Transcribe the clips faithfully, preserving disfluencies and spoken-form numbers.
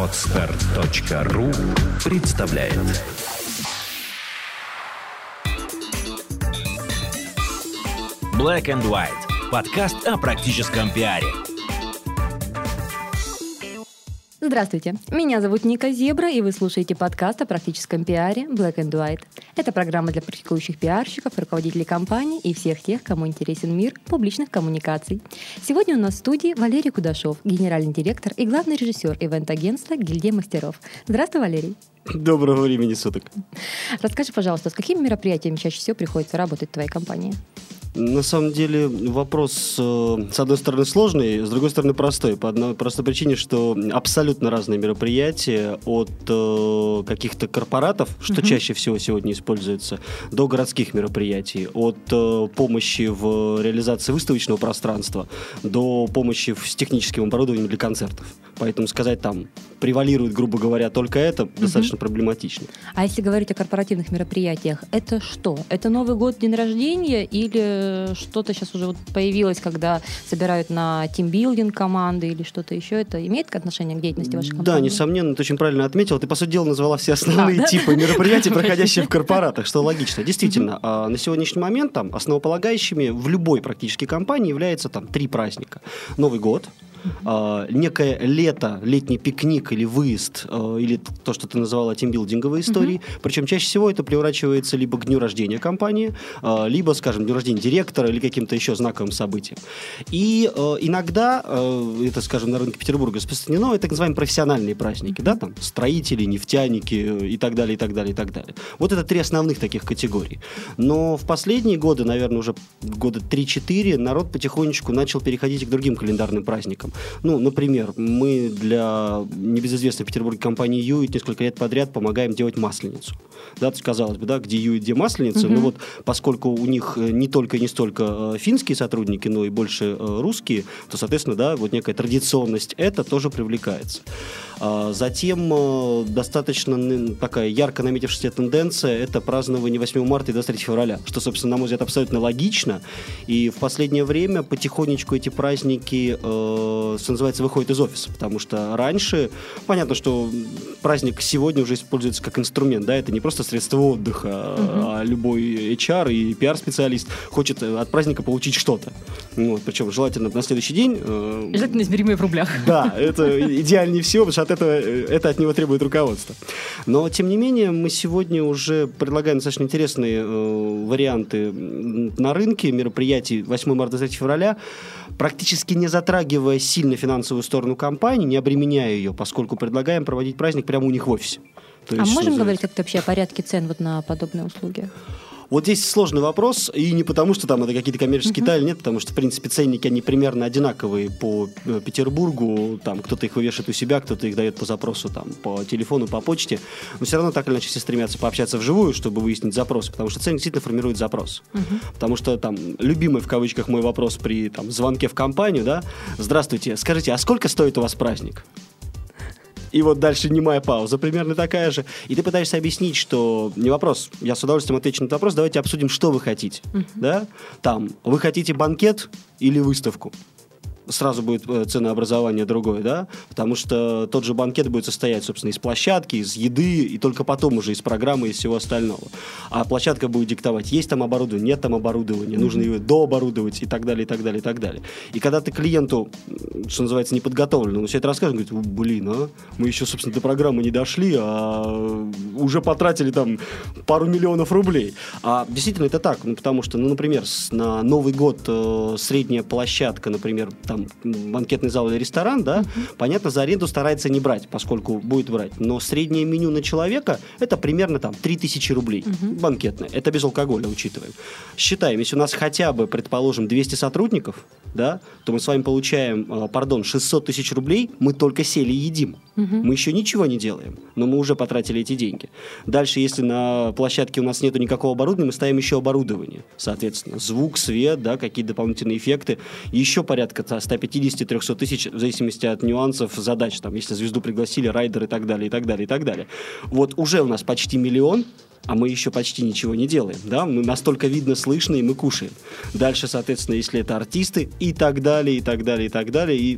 Подстер точка ру представляет. Black and White. Подкаст о практическом пиаре. Здравствуйте, меня зовут Ника Зебра, и вы слушаете подкаст о практическом пиаре Black and White. Это программа для практикующих пиарщиков, руководителей компаний и всех тех, кому интересен мир публичных коммуникаций. Сегодня у нас в студии Валерий Кудашов, генеральный директор и главный режиссер ивент-агентства «Гильдия мастеров». Здравствуй, Валерий. Доброго времени суток. Расскажи, пожалуйста, с какими мероприятиями чаще всего приходится работать в твоей компании? На самом деле вопрос, с одной стороны, сложный, с другой стороны, простой. По одной простой причине, что абсолютно разные мероприятия от э, каких-то корпоратов, что uh-huh. чаще всего сегодня используется, до городских мероприятий, от э, помощи в реализации выставочного пространства до помощи с техническим оборудованием для концертов. Поэтому сказать там, превалирует, грубо говоря, только это, uh-huh. достаточно проблематично. А если говорить о корпоративных мероприятиях, это что? Это Новый год, день рождения или что-то сейчас уже вот появилось, когда собирают на тимбилдинг команды или что-то еще? Это имеет отношение к деятельности вашей компании? Да, несомненно, ты очень правильно отметила. Ты, по сути дела, назвала все основные а, да? типы мероприятий, проходящие в корпоратах, что логично. Действительно, mm-hmm. на сегодняшний момент там основополагающими в любой практически компании является там три праздника. Новый год, Uh, некое лето, летний пикник или выезд, uh, или то, что ты назвала тимбилдинговой историей. Uh-huh. Причем чаще всего это превращается либо к дню рождения компании, uh, либо, скажем, дню рождения директора или каким-то еще знаковым событием. И uh, иногда, uh, это, скажем, на рынке Петербурга распространено, это так называемые профессиональные праздники, да, там строители, нефтяники и так далее, и так далее, и так далее. Вот это три основных таких категорий. Но в последние годы, наверное, уже года три-четыре, народ потихонечку начал переходить к другим календарным праздникам. Ну, например, мы для небезызвестной в Петербурге компании Юит несколько лет подряд помогаем делать масленицу. Да, то есть, казалось бы, да, где Юит, где масленица, uh-huh. но вот поскольку у них не только и не столько финские сотрудники, но и больше русские, то, соответственно, да, вот некая традиционность это тоже привлекается. Затем достаточно такая ярко наметившаяся тенденция – это празднование восьмого марта и двадцать третьего февраля, что, собственно, на мой взгляд, абсолютно логично. И в последнее время потихонечку эти праздники, э, что называется, выходят из офиса, потому что раньше, понятно, что праздник сегодня уже используется как инструмент, да, это не просто средство отдыха, uh-huh. а любой эйч ар и пиар-специалист хочет от праздника получить что-то. Вот, причем желательно на следующий день. Э, желательно измеримые в рублях. Да, это идеальнее всего, потому что от этого, это от него требует руководства. Но, тем не менее, мы сегодня уже предлагаем достаточно интересные э, варианты на рынке мероприятий восьмого марта, двадцать третьего февраля, практически не затрагивая сильно финансовую сторону компании, не обременяя ее, поскольку предлагаем проводить праздник прямо у них в офисе. То а есть, можем говорить как-то вообще о порядке цен вот на подобные услуги? Вот здесь сложный вопрос, и не потому, что там это какие-то коммерческие uh-huh. тайны, нет, потому что, в принципе, ценники, они примерно одинаковые по Петербургу, там кто-то их вывешивает у себя, кто-то их дает по запросу там, по телефону, по почте, но все равно так или иначе все стремятся пообщаться вживую, чтобы выяснить запрос, потому что ценник действительно формирует запрос. Uh-huh. Потому что там любимый, в кавычках, мой вопрос при там, звонке в компанию, да, здравствуйте, скажите, а сколько стоит у вас праздник? И вот дальше немая пауза, примерно такая же. И ты пытаешься объяснить, что не вопрос, я с удовольствием отвечу на этот вопрос, давайте обсудим, что вы хотите. Uh-huh. Да? Там, вы хотите банкет или выставку? Сразу будет ценообразование другое, да, потому что тот же банкет будет состоять, собственно, из площадки, из еды, и только потом уже из программы, из всего остального. А площадка будет диктовать, есть там оборудование, нет там оборудования, mm-hmm. нужно ее дооборудовать и так далее, и так далее, и так далее. И когда ты клиенту, что называется, неподготовленному все это расскажешь, он говорит, блин, а мы еще, собственно, до программы не дошли, а уже потратили там пару миллионов рублей. А действительно это так, ну, потому что, ну, например, на Новый год э, средняя площадка, например, там, банкетный зал или ресторан, да, uh-huh. понятно, за аренду старается не брать, поскольку будет брать. Но среднее меню на человека это примерно там три тысячи рублей. Uh-huh. Банкетное. Это без алкоголя, учитываем. Считаем, если у нас хотя бы, предположим, двести сотрудников, да, то мы с вами получаем, пардон, шестьсот тысяч рублей, мы только сели и едим. Uh-huh. Мы еще ничего не делаем, но мы уже потратили эти деньги. Дальше, если на площадке у нас нету никакого оборудования, мы ставим еще оборудование. Соответственно, звук, свет, да, какие дополнительные эффекты. Еще порядка сто пятьдесят - триста тысяч, в зависимости от нюансов задач. Там, если звезду пригласили, райдер и так далее, и так далее, и так далее. Вот уже у нас почти миллион, а мы еще почти ничего не делаем, да, мы настолько видно, слышно, и мы кушаем. Дальше, соответственно, если это артисты, и так далее, и так далее, и так далее, и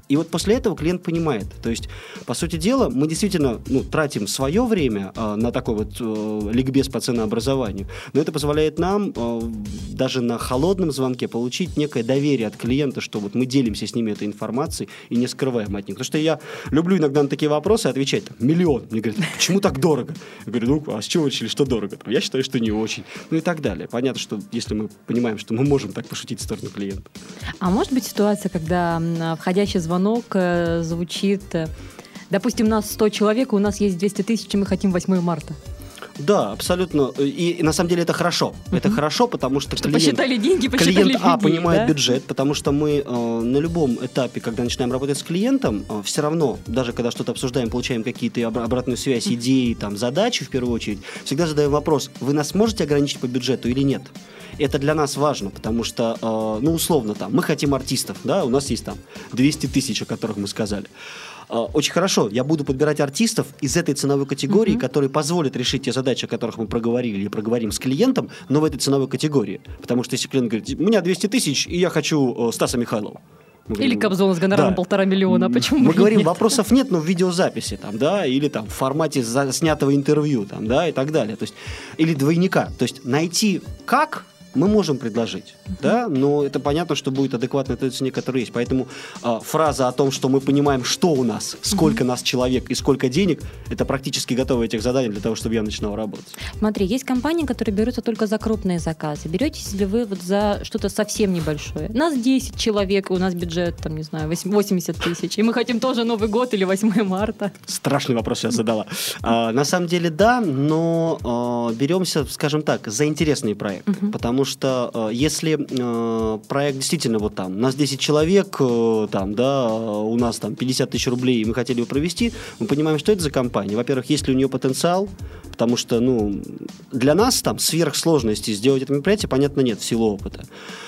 И вот после этого клиент понимает. То есть, по сути дела, мы действительно ну, тратим свое время э, на такой вот э, ликбез по ценообразованию, но это позволяет нам э, даже на холодном звонке получить некое доверие от клиента, что вот мы делимся с ними этой информацией и не скрываем от них. Потому что я люблю иногда на такие вопросы отвечать. Там, миллион. Мне говорят, почему так дорого? Я говорю, ну, а с чего решили, что дорого? Я считаю, что не очень. Ну и так далее. Понятно, что если мы понимаем, что мы можем так пошутить в сторону клиента. А может быть ситуация, когда входящий звонок Звонок э, звучит, э, допустим, у нас сто человек, у нас есть двести тысяч, и мы хотим восьмое марта. Да, абсолютно. И, и на самом деле это хорошо. Uh-huh. Это хорошо, потому что, что клиент, посчитали деньги, посчитали клиент людей, а, понимает да? бюджет, потому что мы э, на любом этапе, когда начинаем работать с клиентом, э, все равно, даже когда что-то обсуждаем, получаем какие-то об- обратную связь, uh-huh. идеи, там, задачи в первую очередь, всегда задаем вопрос, вы нас можете ограничить по бюджету или нет? Это для нас важно, потому что, э, ну, условно, там, мы хотим артистов, да, у нас есть там двести тысяч, о которых мы сказали. Э, очень хорошо, я буду подбирать артистов из этой ценовой категории, mm-hmm. которые позволят решить те задачи, о которых мы проговорили и проговорим с клиентом, но в этой ценовой категории. Потому что если клиент говорит, у меня двести тысяч, и я хочу э, Стаса Михайлова. Мы или говорим, Кобзона с гонораром да. полтора миллиона. Почему Мы говорим, нет? Вопросов нет, но в видеозаписи, там, да, или там в формате снятого интервью, там, да, и так далее. То есть, или двойника. То есть найти как мы можем предложить, uh-huh. да, но это понятно, что будет адекватно той цене, которая есть. Поэтому э, фраза о том, что мы понимаем, что у нас, сколько uh-huh. нас человек и сколько денег, это практически готовое тех заданий для того, чтобы я начинал работать. Смотри, есть компании, которые берутся только за крупные заказы. Беретесь ли вы вот за что-то совсем небольшое? Нас десять человек, у нас бюджет, там, не знаю, восемьдесят тысяч, и мы хотим тоже Новый год или восьмое марта. Страшный вопрос сейчас задала. А, на самом деле, да, но а, беремся, скажем так, за интересный проект, uh-huh. потому что э, если э, проект действительно вот там, у нас десять человек, э, там, да, у нас там пятьдесят тысяч рублей, и мы хотели его провести, мы понимаем, что это за компания. Во-первых, есть ли у нее потенциал, потому что, ну, для нас там сверхсложности сделать это мероприятие, понятно, нет, в силу опыта.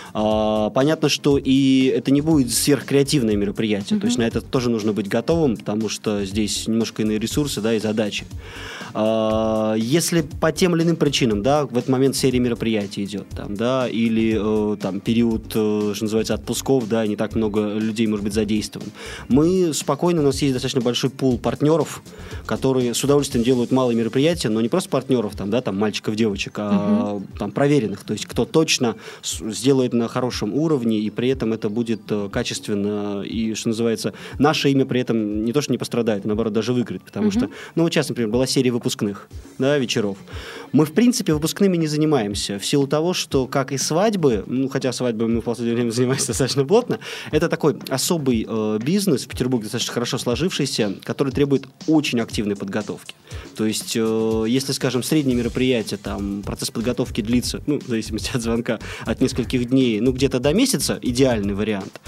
А, понятно, что и это не будет сверхкреативное мероприятие, mm-hmm. то есть на это тоже нужно быть готовым, потому что здесь немножко иные ресурсы, да, и задачи. А, если по тем или иным причинам, да, в этот момент серия мероприятий идет, там, да, или э, там период, э, что называется, отпусков, да, не так много людей, может быть, задействован, мы спокойно, у нас есть достаточно большой пул партнеров, которые с удовольствием делают малые мероприятия, но не просто партнеров, там, да, там, мальчиков, девочек, а mm-hmm. там, проверенных, то есть кто точно сделает на хорошем уровне, и при этом это будет э, качественно, и, что называется, наше имя при этом не то, что не пострадает, а наоборот, даже выиграет, потому mm-hmm. что, ну, вот сейчас, например, была серия выпускных, да, вечеров. Мы, в принципе, выпускными не занимаемся, в силу того, что, как и свадьбы, ну, хотя свадьбы мы в последнее время занимаемся достаточно плотно, это такой особый э, бизнес, в Петербурге достаточно хорошо сложившийся, который требует очень активной подготовки. То есть, э, если, скажем, среднее мероприятие, там, процесс подготовки длится, ну, в зависимости от звонка, от нескольких дней, ну, где-то до месяца, идеальный вариант,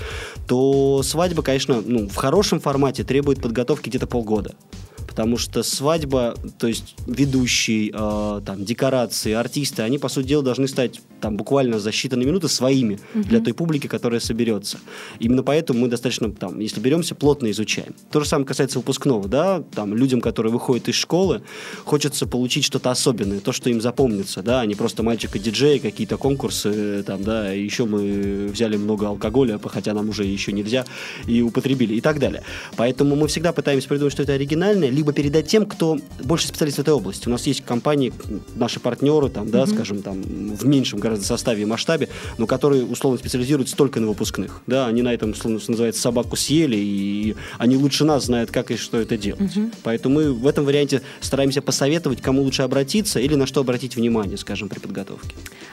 то свадьба, конечно, ну, в хорошем формате требует подготовки где-то полгода. Потому что свадьба, то есть ведущий, э, там, декорации, артисты, они, по сути дела, должны стать там, буквально за считанные минуты своими uh-huh. для той публики, которая соберется. Именно поэтому мы достаточно, там, если беремся, плотно изучаем. То же самое касается выпускного. Да? Там, людям, которые выходят из школы, хочется получить что-то особенное, то, что им запомнится, да? А не просто мальчик и диджей, какие-то конкурсы, там, да? И еще мы взяли много алкоголя, хотя нам уже еще нельзя, и употребили, и так далее. Поэтому мы всегда пытаемся придумать что-то оригинальное, либо передать тем, кто больше специалист в этой области. У нас есть компании, наши партнеры, там, да, mm-hmm. скажем, там, в меньшем гораздо составе и масштабе, но которые, условно, специализируются только на выпускных. Да, они на этом, условно, что называется, собаку съели, и они лучше нас знают, как и что это делать. Mm-hmm. Поэтому мы в этом варианте стараемся посоветовать, кому лучше обратиться или на что обратить внимание, скажем, при подготовке.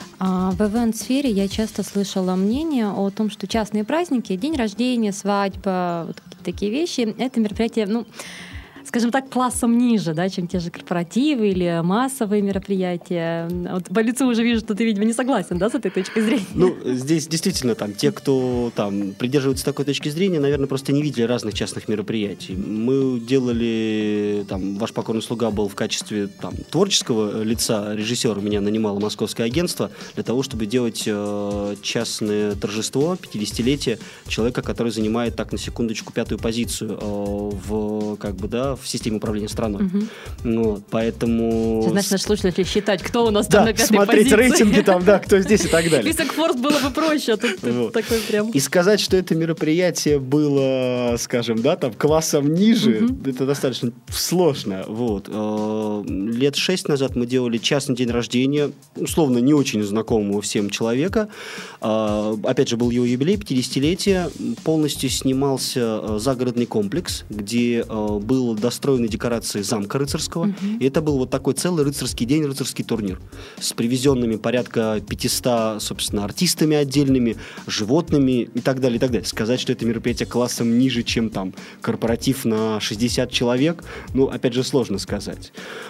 А в ивент-сфере я часто слышала мнение о том, что частные праздники, день рождения, свадьба, вот такие вещи, это мероприятие, ну, скажем так, классом ниже, да, чем те же корпоративы или массовые мероприятия. Вот по лицу уже вижу, что ты, видимо, не согласен, да, с этой точкой зрения? Ну, здесь действительно там те, кто там придерживается такой точки зрения, наверное, просто не видели разных частных мероприятий. Мы делали, там, «Ваш покорный слуга» был в качестве там творческого лица режиссера, меня нанимало московское агентство для того, чтобы делать э, частное торжество, пятидесятилетие человека, который занимает, так, на секундочку, пятую позицию э, в, как бы, да, да, в системе управления страной. Угу. Вот, поэтому... Ты знаешь, наши слушатели считать, кто у нас там да, на пятой смотреть позиции. рейтинги там, да, кто здесь и так далее. Список Forbes было бы проще, а тут Вот. такой прям... И сказать, что это мероприятие было, скажем, да, там, классом ниже, Мгм. это достаточно сложно. Вот. Э, Лет шесть назад мы делали частный день рождения, условно, не очень знакомого всем человека. Э, Опять же, был его юбилей, пятидесятилетие. Полностью снимался э, загородный комплекс, где э, был достроены декорации замка рыцарского. Мгм. И это был вот такой целый рыцарский день, рыцарский турнир с привезенными порядка пятьсот, собственно, артистами отдельными, животными и так далее, и так далее. Сказать, что это мероприятие классом ниже, чем там корпоратив на шестьдесят человек, ну, опять же, сложно сказать.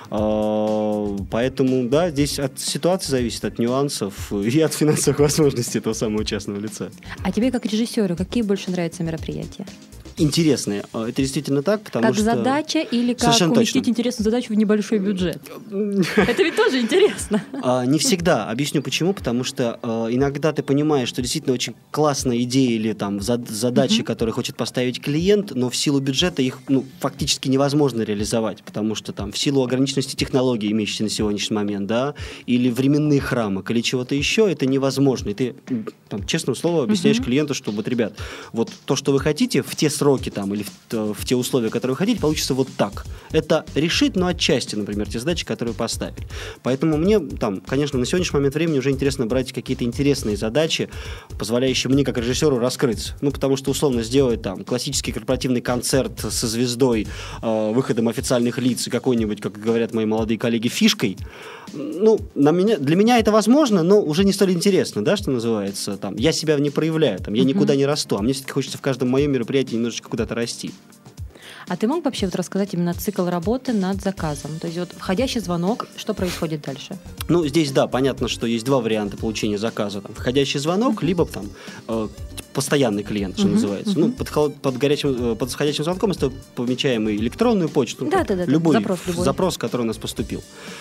А, Поэтому, да, здесь от ситуации зависит, от нюансов и от финансовых возможностей этого самого частного лица. А тебе, как режиссеру, какие больше нравятся мероприятия? Интересные. А, Это действительно так, потому Как что... задача или как Совершенно уместить точно. интересную задачу в небольшой бюджет? Это ведь тоже интересно. А, Не всегда. Объясню почему. Потому что э, иногда ты понимаешь, что действительно очень классная идея или там зад- задачи, Мгм. которые хочет поставить клиент, но в силу бюджета их ну, фактически невозможно реализовать, потому что там в силу ограниченности технологий, имеющихся на сегодняшний момент, да, или временных рамок, или чего-то еще, это невозможно. И ты, м, там, честное слово, объясняешь Мгм. клиенту, что вот, ребят, вот то, что вы хотите в те сроки там, или в, т- в те условия, которые вы хотите, получится вот так. Это решит, но отчасти, например, те задачи, которые вы поставили. Поэтому мне, там, конечно, на сегодняшний момент времени уже интересно брать какие-то интересные задачи, позволяющие мне, как режиссеру, раскрыться. Ну, потому что, условно, сделать там классический корпоративный концерт со звездой, э, выходом официальных лиц и какой-нибудь, как говорят мои молодые коллеги, фишкой, ну, на меня, для меня это возможно, но уже не столь интересно, да, что называется. Там, я себя не проявляю, там, я Мгм. никуда не расту, а мне все-таки хочется в каждом моем мероприятии немножечко куда-то расти. А ты мог вообще вот рассказать именно цикл работы над заказом? То есть вот входящий звонок, что происходит дальше? Ну, здесь, да, понятно, что есть два варианта получения заказа. Там, входящий звонок, либо там э, постоянный клиент, что Мгм, называется. мгм. Ну, под, хол- под, горячим, э, под входящим звонком мы помечаем и электронную почту, ну, Да, как да, да, да, любой, запрос любой. запрос, который у нас поступил.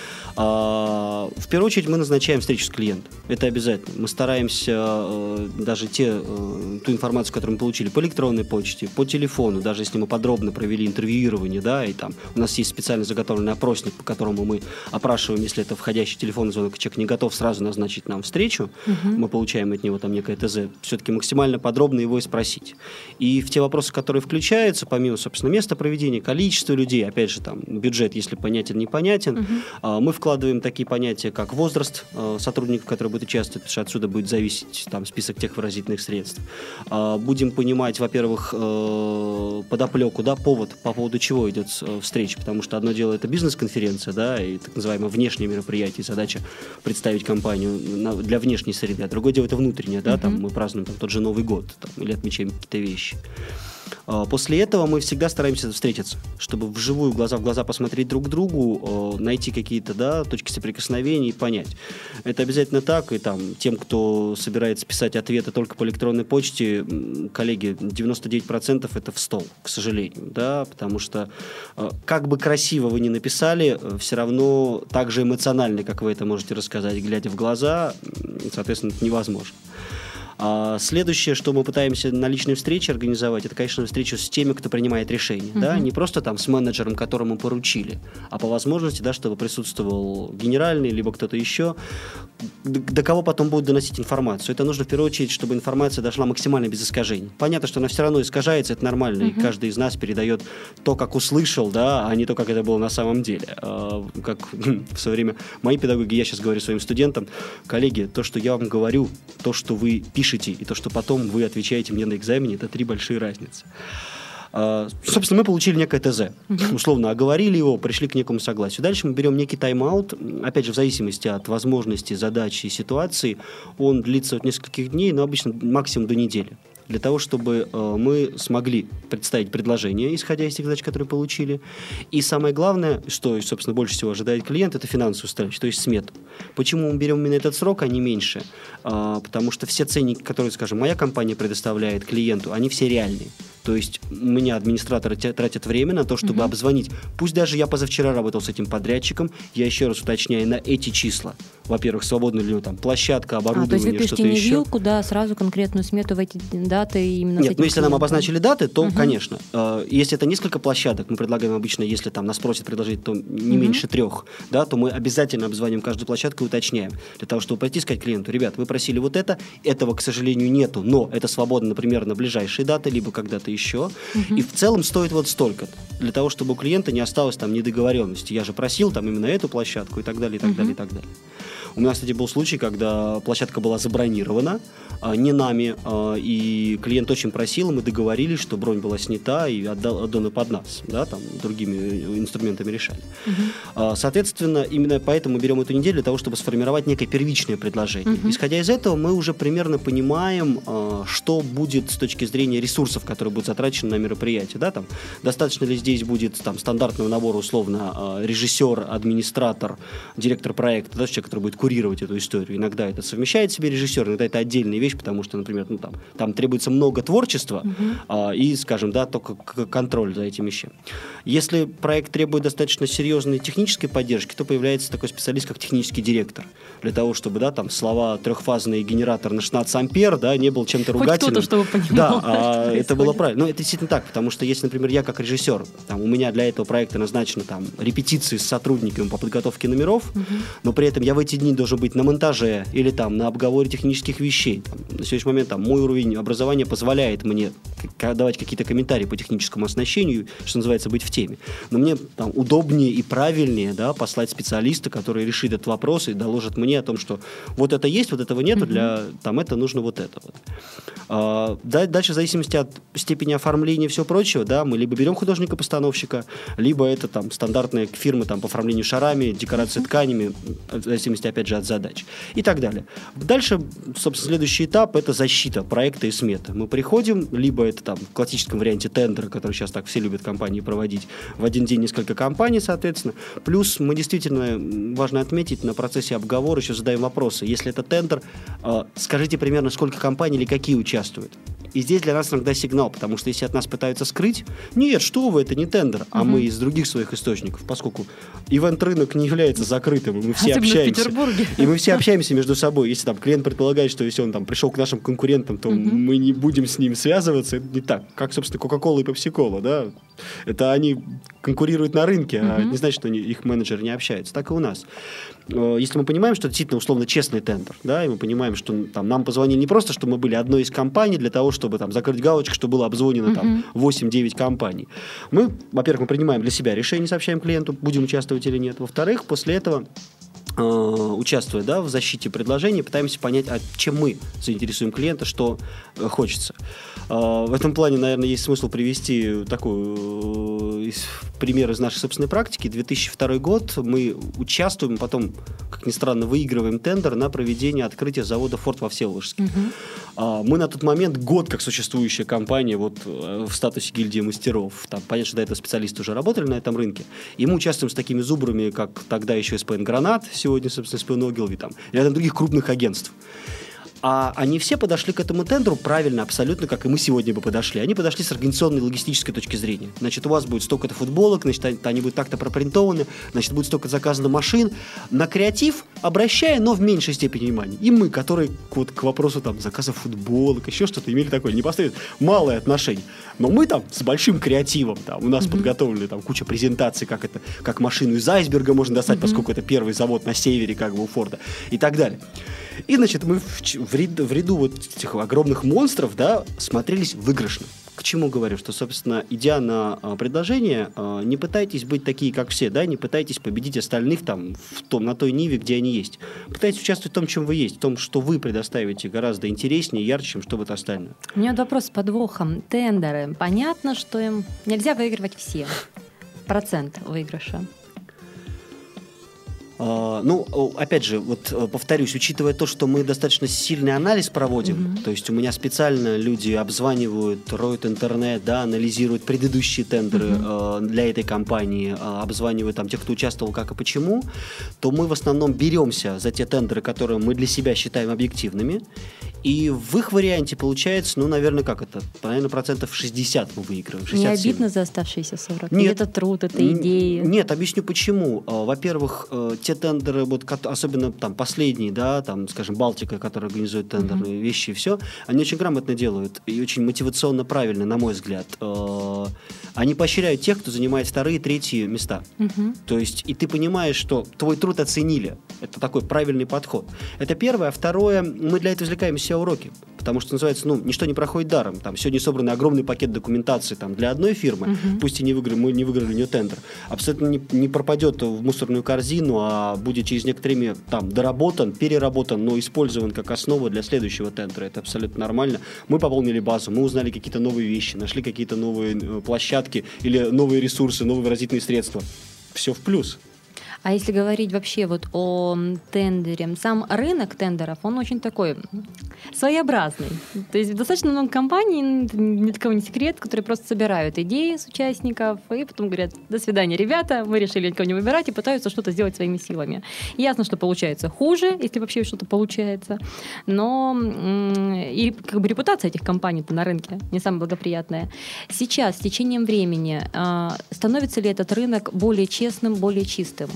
А, в первую очередь мы назначаем встречу с клиентом. Это обязательно. Мы стараемся э, даже те, э, ту информацию, которую мы получили по электронной почте, по телефону, даже если мы подробно провели интервьюирование, да, и там у нас есть специально заготовленный опросник, по которому мы опрашиваем, если это входящий телефонный звонок, человек не готов сразу назначить нам встречу, Мгм. мы получаем от него там некое ТЗ, все-таки максимально подробно его и спросить. И в те вопросы, которые включаются, помимо, собственно, места проведения, количества людей, опять же, там, бюджет, если понятен, непонятен, Мгм. а, мы вкладываем такие понятия, как возраст э, сотрудников, которые будут участвовать, потому что отсюда будет зависеть там, список тех выразительных средств. А, Будем понимать, во-первых, э, подоплеку, да, повод, по поводу чего идет э, встреча, потому что одно дело это бизнес-конференция, да, и так называемое внешнее мероприятие, задача представить компанию на- для внешней среды, а другое дело это внутреннее, да, там Мгм. мы празднуем там, тот же Новый год там, или отмечаем какие-то вещи. А, После этого мы всегда стараемся встретиться, чтобы вживую, глаза в глаза посмотреть друг к другу, э, найти какие-то, да, точки соприкосновения и понять. Это обязательно так, и там тем, кто собирается писать ответы только по электронной почте, м, коллеги, девяносто девять процентов это в стол, к сожалению, да, потому что э, как бы красиво вы ни написали, э, все равно так же эмоционально, как вы это можете рассказать, глядя в глаза, м, соответственно, это невозможно. А следующее, что мы пытаемся на личной встрече организовать, это, конечно, встречу с теми, кто принимает решения. Мгм. Да? Не просто там с менеджером, которому поручили, а по возможности, да, чтобы присутствовал генеральный, либо кто-то еще, до, до кого потом будут доносить информацию. Это нужно в первую очередь, чтобы информация дошла максимально без искажений. Понятно, что она все равно искажается, это нормально, Мгм. и каждый из нас передает то, как услышал, да, а не то, как это было на самом деле. А, как в свое время мои педагоги, я сейчас говорю своим студентам, коллеги, то, что я вам говорю, то, что вы пишете, и то, что потом вы отвечаете мне на экзамене, это три большие разницы. А, собственно, мы получили некое ТЗ. Условно оговорили его, пришли к некому согласию. Дальше мы берем некий тайм-аут. Опять же, в зависимости от возможностей, задачи и ситуации, он длится от нескольких дней, но обычно максимум до недели. Для того, чтобы э, мы смогли представить предложение, исходя из тех задач, которые получили. И самое главное, что, собственно, больше всего ожидает клиент, это финансовую составляющую, то есть смету. Почему мы берем именно этот срок, а не меньше? А, потому что все ценники, которые, скажем, моя компания предоставляет клиенту, они все реальные. То есть у меня администраторы тратят время на то, чтобы uh-huh. обзвонить. Пусть даже я позавчера работал с этим подрядчиком, я еще раз уточняю на эти числа. Во-первых, свободна ли там площадка, оборудование, а, то есть вы что-то пишете не еще. вилку, да, сразу конкретную смету в эти даты именно Нет, с этим ну если клиентом. нам обозначили даты, то, uh-huh. конечно. Если это несколько площадок, мы предлагаем обычно, если там нас просят предложить, то не uh-huh. меньше трех, да, то мы обязательно обзвоним каждую площадку и уточняем. Для того, чтобы пойти сказать клиенту: ребят, вы просили вот это, этого, к сожалению, нету, но это свободно, например, на ближайшие даты, либо когда-то еще. Uh-huh. И в целом стоит вот столько. Для того, чтобы у клиента не осталось там недоговоренности. Я же просил там именно эту площадку и так далее, и так uh-huh. далее, и так далее. У нас, кстати, был случай, когда площадка была забронирована, а, не нами, а, и клиент очень просил, мы договорились, что бронь была снята и отдал, отдана под нас, да, там другими инструментами решали. Uh-huh. А, соответственно, именно поэтому мы берем эту неделю для того, чтобы сформировать некое первичное предложение. Uh-huh. Исходя из этого, мы уже примерно понимаем, а, что будет с точки зрения ресурсов, которые будут затрачены на мероприятие. Да, там, достаточно ли здесь будет там, стандартного набора, условно, а, режиссер, администратор, директор проекта, да, человек, который будет курировать эту историю. Иногда это совмещает в себе режиссер, иногда это отдельная вещь, потому что, например, ну, там, там требуется много творчества uh-huh. а, и, скажем, да, только контроль за этим вещами. Если проект требует достаточно серьезной технической поддержки, то появляется такой специалист, как технический директор. Для того, чтобы, да, там, слова трехфазный генератор на шестнадцать ампер, да, не был чем-то ругательным. Хоть кто-то, чтобы понимал, да, а, это было правильно. Но это действительно так, потому что если, например, я как режиссер, там, у меня для этого проекта назначены там репетиции с сотрудниками по подготовке номеров, uh-huh. но при этом я в эти дни должен быть на монтаже или там на обговоре технических вещей. Там, на сегодняшний момент там, мой уровень образования позволяет мне к- давать какие-то комментарии по техническому оснащению, что называется, быть в теме. Но мне там, удобнее и правильнее, да, послать специалиста, который решит этот вопрос и доложит мне о том, что вот это есть, вот этого нет, mm-hmm. для там это нужно вот это вот. А, да, дальше в зависимости от степени оформления и всего прочего, да, мы либо берем художника-постановщика, либо это там стандартные фирмы там, по оформлению шарами, декорации mm-hmm. тканями, в зависимости, опять же, от задач и так далее. Дальше, собственно, следующий этап – это защита проекта и сметы. Мы приходим, либо это там в классическом варианте тендера, который сейчас так все любят компании проводить, в один день несколько компаний, соответственно. Плюс мы действительно, важно отметить, на процессе обговора еще задаем вопросы. Если это тендер, скажите примерно, сколько компаний или какие участвуют. И здесь для нас иногда сигнал, потому что если от нас пытаются скрыть, нет, что вы, это не тендер, а угу. мы из других своих источников, поскольку ивент-рынок не является закрытым, и мы все особенно общаемся. в Петербурге. И мы все общаемся между собой. Если там клиент предполагает, что если он там пришел к нашим конкурентам, то угу. мы не будем с ним связываться, это не так. Как, собственно, Coca-Cola и Pepsi-Cola, да? Это они конкурируют на рынке, угу. а не значит, что они, их менеджеры не общаются. Так и у нас. Если мы понимаем, что это действительно условно честный тендер, да, и мы понимаем, что там, нам позвонили не просто, что мы были одной из компаний для того, чтобы там, закрыть галочку, что было обзвонено uh-huh. там, восемь-девять компаний. Мы, во-первых, мы принимаем для себя решение, сообщаем клиенту, будем участвовать или нет. Во-вторых, после этого, э, участвуя да, в защите предложения, пытаемся понять, а чем мы заинтересуем клиента, что э, хочется. Э, в этом плане, наверное, есть смысл привести такой э, пример из нашей собственной практики. две тысячи второй год мы участвуем, потом, как ни странно, выигрываем тендер на проведение открытия завода «Форд» во Всеволожске. Uh-huh. Мы на тот момент год как существующая компания вот, в статусе гильдии мастеров. Там, понятно, что до этого специалисты уже работали на этом рынке. И мы участвуем с такими зубрами, как тогда еще СПН «Гранат», сегодня, собственно, СПН «Огилви», там, и рядом других крупных агентств. А они все подошли к этому тендеру правильно, абсолютно, как и мы сегодня бы подошли. Они подошли с организационной и логистической точки зрения. Значит, у вас будет столько-то футболок, значит, они будут так-то пропринтованы, значит, будет столько заказано машин. На креатив обращая, но в меньшей степени внимания. И мы, которые вот, к вопросу там, заказа футболок, еще что-то, имели такое непосредственно малое отношение. Но мы там с большим креативом, там, у нас mm-hmm. подготовлены там, куча презентаций, как, это, как машину из айсберга можно достать, mm-hmm. поскольку это первый завод на севере как бы у Форда и так далее. И, значит, мы в, в, ряду, в ряду вот этих огромных монстров, да, смотрелись выигрышно. К чему говорю? Что, собственно, идя на а, предложение, а, не пытайтесь быть такие, как все, да, не пытайтесь победить остальных там, в том, на той ниве, где они есть. Пытайтесь участвовать в том, чем вы есть, в том, что вы предоставите гораздо интереснее и ярче, чем что-то остальное. У меня вопрос с подвохом. Тендеры. Понятно, что им нельзя выигрывать все. Процент выигрыша. Uh, ну, опять же, вот повторюсь, учитывая то, что мы достаточно сильный анализ проводим, mm-hmm. то есть у меня специально люди обзванивают, роют интернет, да, анализируют предыдущие тендеры mm-hmm. uh, для этой компании, uh, обзванивают там тех, кто участвовал, как и почему, то мы в основном беремся за те тендеры, которые мы для себя считаем объективными, И в их варианте получается, ну, наверное, как это? Наверное, процентов шестьдесят мы выигрываем. шестьдесят семь. Не обидно за оставшиеся сорок? Нет. Это труд, это идеи? Нет, объясню почему. Во-первых, те тендеры, вот, особенно там последние, да, там, скажем, Балтика, которая организует тендерные uh-huh. вещи и все, они очень грамотно делают и очень мотивационно правильно, на мой взгляд. Они поощряют тех, кто занимает вторые, третьи места. Uh-huh. То есть, и ты понимаешь, что твой труд оценили. Это такой правильный подход. Это первое. А второе, мы для этого извлекаем из себя уроки. Потому что, называется, ну, ничто не проходит даром. Там сегодня собран огромный пакет документации там, для одной фирмы, uh-huh. пусть и не выиграли, мы не выиграли у нее тендер, абсолютно не, не пропадет в мусорную корзину, а будет через некоторое время там доработан, переработан, но использован как основа для следующего тендера. Это абсолютно нормально. Мы пополнили базу, мы узнали какие-то новые вещи, нашли какие-то новые площадки или новые ресурсы, новые выразительные средства. Все в плюс. А если говорить вообще вот о тендере, сам рынок тендеров, он очень такой своеобразный. То есть достаточно много компаний, ни для кого не секрет, которые просто собирают идеи с участников и потом говорят: до свидания, ребята, мы решили никого не выбирать, и пытаются что-то сделать своими силами. Ясно, что получается хуже, если вообще что-то получается, но и как бы репутация этих компаний-то на рынке не самая благоприятная. Сейчас, с течением времени, становится ли этот рынок более честным, более чистым?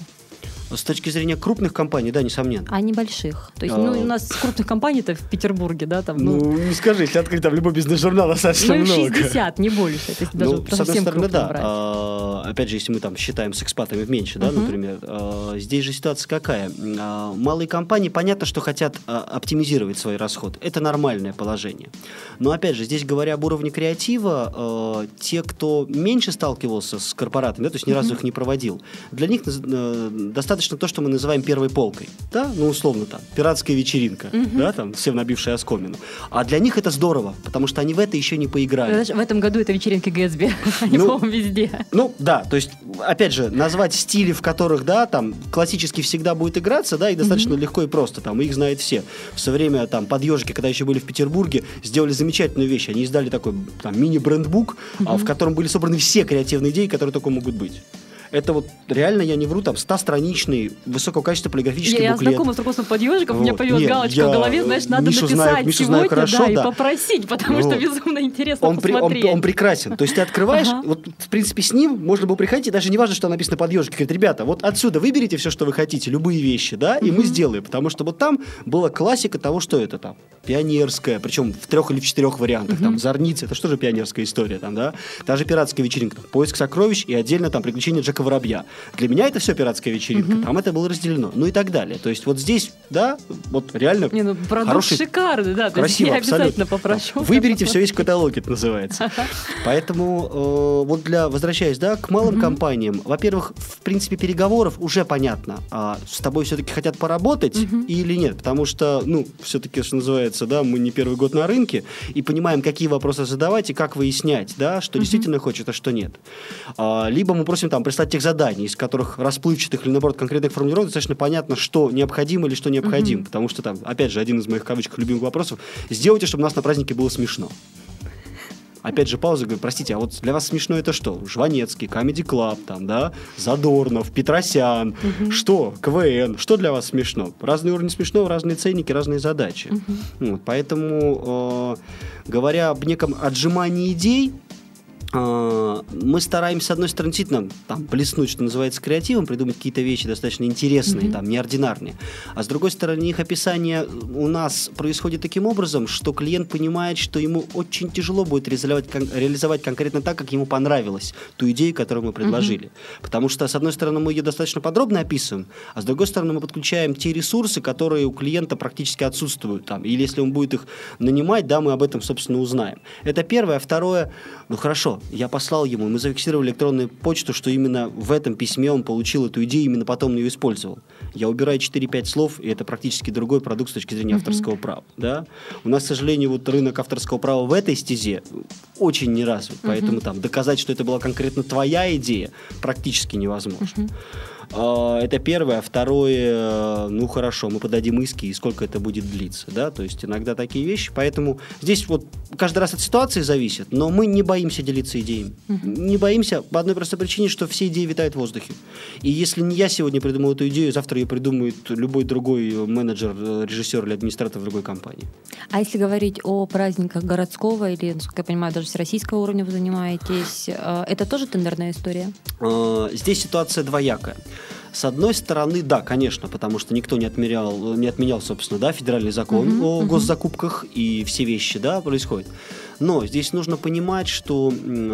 С точки зрения крупных компаний, да, несомненно. А небольших? То есть, а... ну, у нас крупных компаний-то в Петербурге, да, там, ну... Ну, не скажи, если открыть там любой бизнес-журнал, достаточно ну, много. Ну, шестьдесят, не больше. То есть, даже ну, с одной стороны, да. брать. А, опять же, если мы там считаем с экспатами в меньше, да, uh-huh. например, а, здесь же ситуация какая? А, малые компании, понятно, что хотят а, оптимизировать свои расходы. Это нормальное положение. Но, опять же, здесь, говоря об уровне креатива, а, те, кто меньше сталкивался с корпоратами, да, то есть ни uh-huh. разу их не проводил, для них а, достаточно то, что мы называем первой полкой, да, ну, условно, там, пиратская вечеринка, uh-huh. да, там, всем набившая оскомину. А для них это здорово, потому что они в это еще не поиграли. Знаешь, в этом году это вечеринки Гэтсби, они, ну, по-моему, везде. Ну, да, то есть, опять же, назвать стили, в которых, да, там, классически всегда будет играться, да, и достаточно uh-huh. легко и просто, там, их знают все. В свое время, там, подъежики, когда еще были в Петербурге, сделали замечательную вещь, они издали такой, там, мини-брендбук, uh-huh. в котором были собраны все креативные идеи, которые только могут быть. Это вот реально, я не вру, там стостраничный, высокого качества полиграфический я, буклет. Я знакома с руководством подъежиков, вот. У меня появилась Нет, галочка в голове, знаешь, надо Мишу написать знаю, Мишу сегодня, знаю хорошо, да, да, и попросить, потому ну, что безумно интересно он посмотреть. При, он, он прекрасен. То есть ты открываешь, ага. вот в принципе с ним можно было приходить, и даже не важно, что написано подъежки. Говорит: ребята, вот отсюда выберите все, что вы хотите, любые вещи, да, и мы сделаем. Потому что вот там была классика того, что это там пионерская, причем в трех или в четырех вариантах. Uh-huh. Там Зорница, это что же пионерская история, там, да? Та же пиратская вечеринка, там, поиск сокровищ и отдельно там приключения Джека Воробья. Для меня это все пиратская вечеринка, uh-huh. там это было разделено. Ну и так далее. То есть вот здесь, да, вот реально Не, ну, продукт хороший, шикарный, да. То красиво, есть я обязательно абсолютно. попрошу. Выберите все, есть в каталоге, это называется. Uh-huh. Поэтому э, вот для, возвращаясь, да, к малым uh-huh. компаниям, во-первых, в принципе, переговоров уже понятно, а с тобой все-таки хотят поработать uh-huh. или нет, потому что, ну, все-таки, что называется, да, мы не первый год на рынке и понимаем, какие вопросы задавать и как выяснять, да, что uh-huh. действительно хочет, а что нет. А, либо мы просим там прислать тех заданий, из которых расплывчатых или, наоборот, конкретных формулировок достаточно понятно, что необходимо или что необходимо, uh-huh. потому что там, опять же, один из моих, в кавычках, любимых вопросов: сделайте, чтобы у нас на празднике было смешно. Опять же, пауза, говорю: простите, а вот для вас смешно это что? Жванецкий, Comedy Club, там, да, Задорнов, Петросян, uh-huh. что? КВН, что для вас смешно? Разные уровни смешного, разные ценники, разные задачи. Uh-huh. Вот, поэтому, э, говоря об неком отжимании идей, мы стараемся, с одной стороны, действительно там блеснуть, что называется, креативом, придумать какие-то вещи достаточно интересные, mm-hmm. там, неординарные. А с другой стороны, их описание у нас происходит таким образом, что клиент понимает, что ему очень тяжело будет реализовать, кон- реализовать конкретно так, как ему понравилось ту идею, которую мы предложили. Mm-hmm. Потому что, с одной стороны, мы ее достаточно подробно описываем, а с другой стороны, мы подключаем те ресурсы, которые у клиента практически отсутствуют там. Или если он будет их нанимать, да, мы об этом, собственно, узнаем. Это первое. А второе, ну хорошо, я послал ему, мы зафиксировали электронную почту, что именно в этом письме он получил эту идею, именно потом ее использовал. Я убираю четыре-пять слов, и это практически другой продукт с точки зрения uh-huh. авторского права. Да? У нас, к сожалению, вот рынок авторского права в этой стезе очень не развит, uh-huh. поэтому там доказать, что это была конкретно твоя идея, практически невозможно. Uh-huh. Это первое. Второе, ну хорошо, мы подадим иски, и сколько это будет длиться, да, то есть иногда такие вещи, поэтому здесь вот каждый раз от ситуации зависит, но мы не боимся делиться идеями. Uh-huh. Не боимся по одной простой причине, что все идеи витают в воздухе. И если не я сегодня придумал эту идею, завтра ее придумает любой другой менеджер, режиссер или администратор в другой компании. А если говорить о праздниках городского или, насколько я понимаю, даже всероссийского уровня вы занимаетесь, это тоже тендерная история? Здесь ситуация двоякая. С одной стороны, да, конечно, потому что никто не отменял, не отменял, собственно, да, федеральный закон uh-huh, о uh-huh. госзакупках, и все вещи, да, происходят. Но здесь нужно понимать, что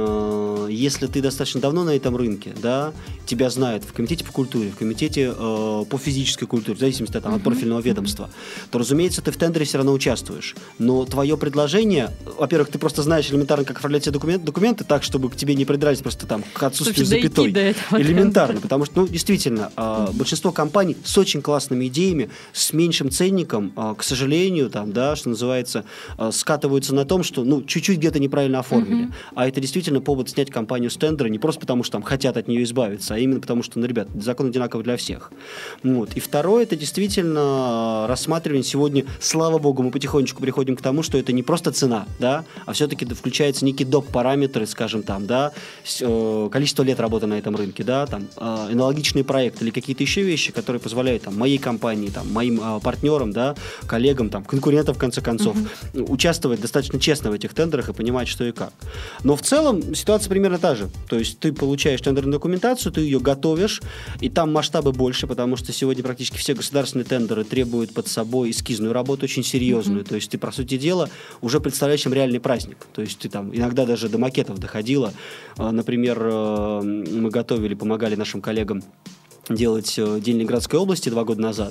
э, если ты достаточно давно на этом рынке, да, тебя знают в комитете по культуре, в комитете э, по физической культуре, в зависимости там, uh-huh. от профильного ведомства, то, разумеется, ты в тендере все равно участвуешь. Но твое предложение, во-первых, ты просто знаешь элементарно, как оформлять все документы, документы так, чтобы к тебе не придрались просто там к отсутствию запятой. Элементарно, потому что, ну, действительно, э, большинство компаний с очень классными идеями, с меньшим ценником, э, к сожалению, там, да, что называется, э, скатываются на том, что, ну, чуть-чуть где-то неправильно оформили. Uh-huh. А это действительно повод снять компанию с тендера не просто потому, что там хотят от нее избавиться, а именно потому, что, ну, ребят, закон одинаковый для всех. Вот. И второе, это действительно рассматривание сегодня, слава богу, мы потихонечку приходим к тому, что это не просто цена, да, а все-таки включается некий доп. Параметры, скажем, там, да, количество лет работы на этом рынке, да, там, аналогичные проекты или какие-то еще вещи, которые позволяют там, моей компании, там, моим партнерам, да, коллегам, там, конкурентам, в конце концов, uh-huh. участвовать достаточно честно в этих тендерах и понимать, что и как. Но в целом ситуация примерно та же. То есть ты получаешь тендерную документацию, ты ее готовишь, и там масштабы больше, потому что сегодня практически все государственные тендеры требуют под собой эскизную работу, очень серьезную. Mm-hmm. То есть ты, по сути дела, уже представляешь им реальный праздник. То есть ты там иногда даже до макетов доходила. Например, мы готовили, помогали нашим коллегам делать День Ленинградской области два года назад.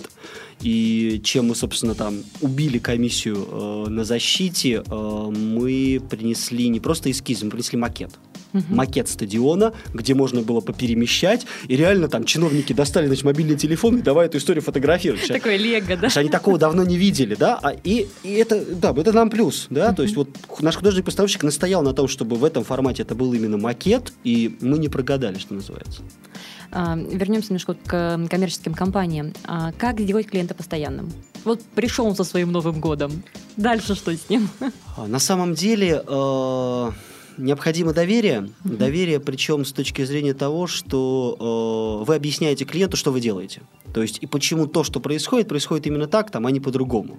И чем мы, собственно, там убили комиссию э, на защите, э, мы принесли не просто эскиз, мы принесли макет. Uh-huh. Макет стадиона, где можно было поперемещать, и реально там чиновники достали, значит, мобильный телефон и давай эту историю фотографировать. Такое лего, да? Они такого давно не видели, да, а, и, и это, да, это нам плюс, да, uh-huh. то есть вот наш художник-постановщик настоял на том, чтобы в этом формате это был именно макет, и мы не прогадали, что называется. Вернемся немножко к коммерческим компаниям. Как сделать клиента постоянным? Вот пришел он со своим Новым годом. Дальше что с ним? На самом деле э, необходимо доверие. Uh-huh. Доверие, причем с точки зрения того, что э, вы объясняете клиенту, что вы делаете. То есть и почему то, что происходит, происходит именно так, там, а не по-другому.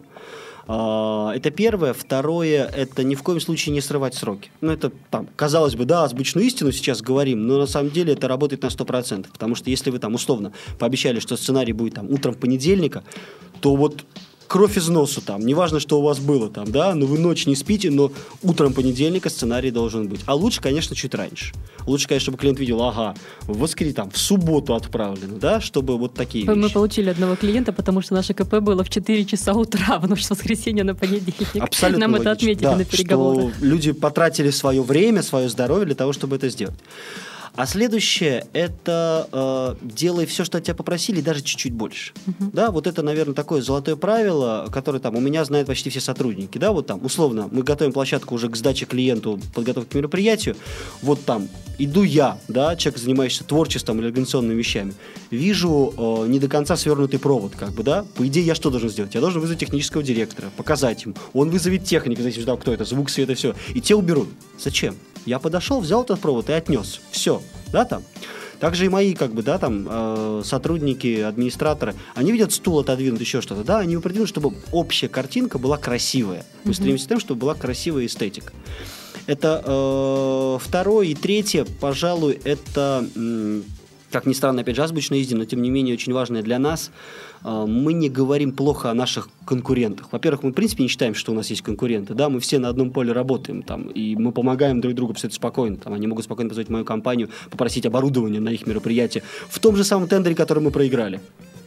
Это первое. Второе, это ни в коем случае не срывать сроки. Ну, это, там, казалось бы, да, озвученную истину сейчас говорим, но на самом деле это работает на сто процентов. Потому что если вы там условно пообещали, что сценарий будет там утром понедельника, то вот кровь из носу там, неважно, что у вас было там, да, но вы ночь не спите, но утром понедельника сценарий должен быть. А лучше, конечно, чуть раньше. Лучше, конечно, чтобы клиент видел, ага, в воскресенье, там, в субботу отправлено, да, чтобы вот такие Мы вещи. получили одного клиента, потому что наше КП было в четыре часа утра, в ночь с воскресенья на понедельник. Абсолютно Нам логично. Это отметили, да, на переговорах. Что люди потратили свое время, свое здоровье для того, чтобы это сделать. А следующее – это э, делай все, что от тебя попросили, и даже чуть-чуть больше. Uh-huh. Да, вот это, наверное, такое золотое правило, которое там у меня знают почти все сотрудники. Да, вот там, условно, мы готовим площадку уже к сдаче клиенту, подготовке к мероприятию. Вот там иду я, да, человек, занимающийся творчеством или организационными вещами, вижу э, не до конца свернутый провод, как бы, да. По идее, я что должен сделать? Я должен вызвать технического директора, показать ему. Он вызовет техника, зависит, да, кто это, звук, свет и все. И те уберут. Зачем? Я подошел, взял этот провод и отнес. Все. Да, там. Также и мои, как бы, да, там, э, сотрудники, администраторы, они видят стул отодвинут, еще что-то, да, они определены, чтобы общая картинка была красивая. Мы mm-hmm. стремимся к тому, чтобы была красивая эстетика. Это э, второе. И третье, пожалуй, это, м- как ни странно, опять же, азбучная истина, но тем не менее очень важное для нас. Мы не говорим плохо о наших конкурентах. Во-первых, мы, в принципе, не считаем, что у нас есть конкуренты. Да? Мы все на одном поле работаем, там, и мы помогаем друг другу абсолютно спокойно. Там, они могут спокойно позвать мою компанию, попросить оборудование на их мероприятие. В том же самом тендере, который мы проиграли.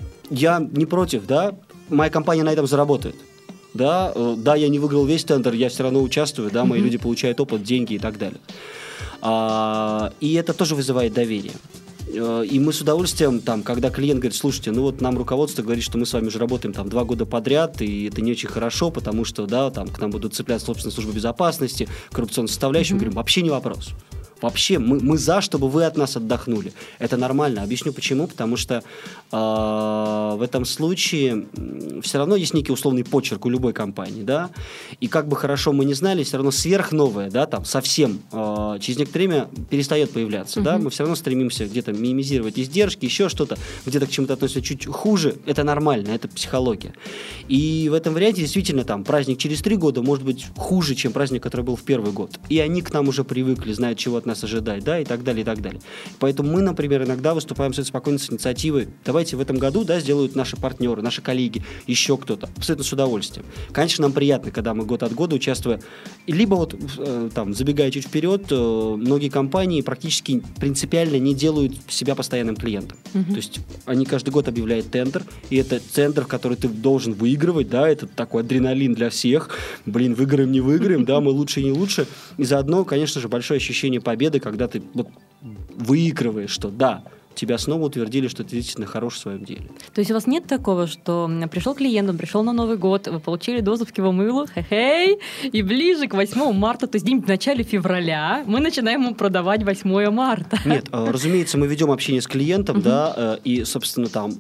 Я не против, да? Моя компания на этом заработает. Да, да, я не выиграл весь тендер, я все равно участвую, да, мои mm-hmm. люди получают опыт, деньги и так далее. А, и это тоже вызывает доверие. И мы с удовольствием, там, когда клиент говорит, слушайте, ну вот нам руководство говорит, что мы с вами уже работаем там два года подряд, и это не очень хорошо, потому что, да, там, к нам будут цепляться, собственно, службы безопасности, коррупционная составляющая, mm-hmm. мы говорим, вообще не вопрос. Вообще, мы, мы за, чтобы вы от нас отдохнули. Это нормально. Объясню почему. Потому что э, в этом случае все равно есть некий условный почерк у любой компании, да, и как бы хорошо мы не знали, все равно сверхновое, да, там, совсем э, через некоторое время перестает появляться, uh-huh. да, мы все равно стремимся где-то минимизировать издержки, еще что-то, где-то к чему-то относимся чуть хуже, это нормально, это психология. И в этом варианте действительно там праздник через три года может быть хуже, чем праздник, который был в первый год. И они к нам уже привыкли, знают, чего от нас ожидать, да, и так далее, и так далее. Поэтому мы, например, иногда выступаем спокойно с инициативой, давайте в этом году, да, сделают наши партнеры, наши коллеги, еще кто-то, абсолютно с удовольствием. Конечно, нам приятно, когда мы год от года участвуем, либо вот, э, там, забегая чуть вперед, э, многие компании практически принципиально не делают себя постоянным клиентом. Uh-huh. То есть они каждый год объявляют тендер, и это тендер, который ты должен выигрывать, да, это такой адреналин для всех, блин, выиграем, не выиграем, да, мы лучше и не лучше, и заодно, конечно же, большое ощущение победы, когда ты вот выигрываешь, что да, тебя снова утвердили, что ты действительно хорош в своем деле. То есть у вас нет такого, что пришел клиент, он пришел на Новый год, вы получили дозу в кивомылу, хе-хей, и ближе к восьмому марта, то есть день в начале февраля, мы начинаем ему продавать восьмое марта. Нет, разумеется, мы ведем общение с клиентом, uh-huh. да, и, собственно, там,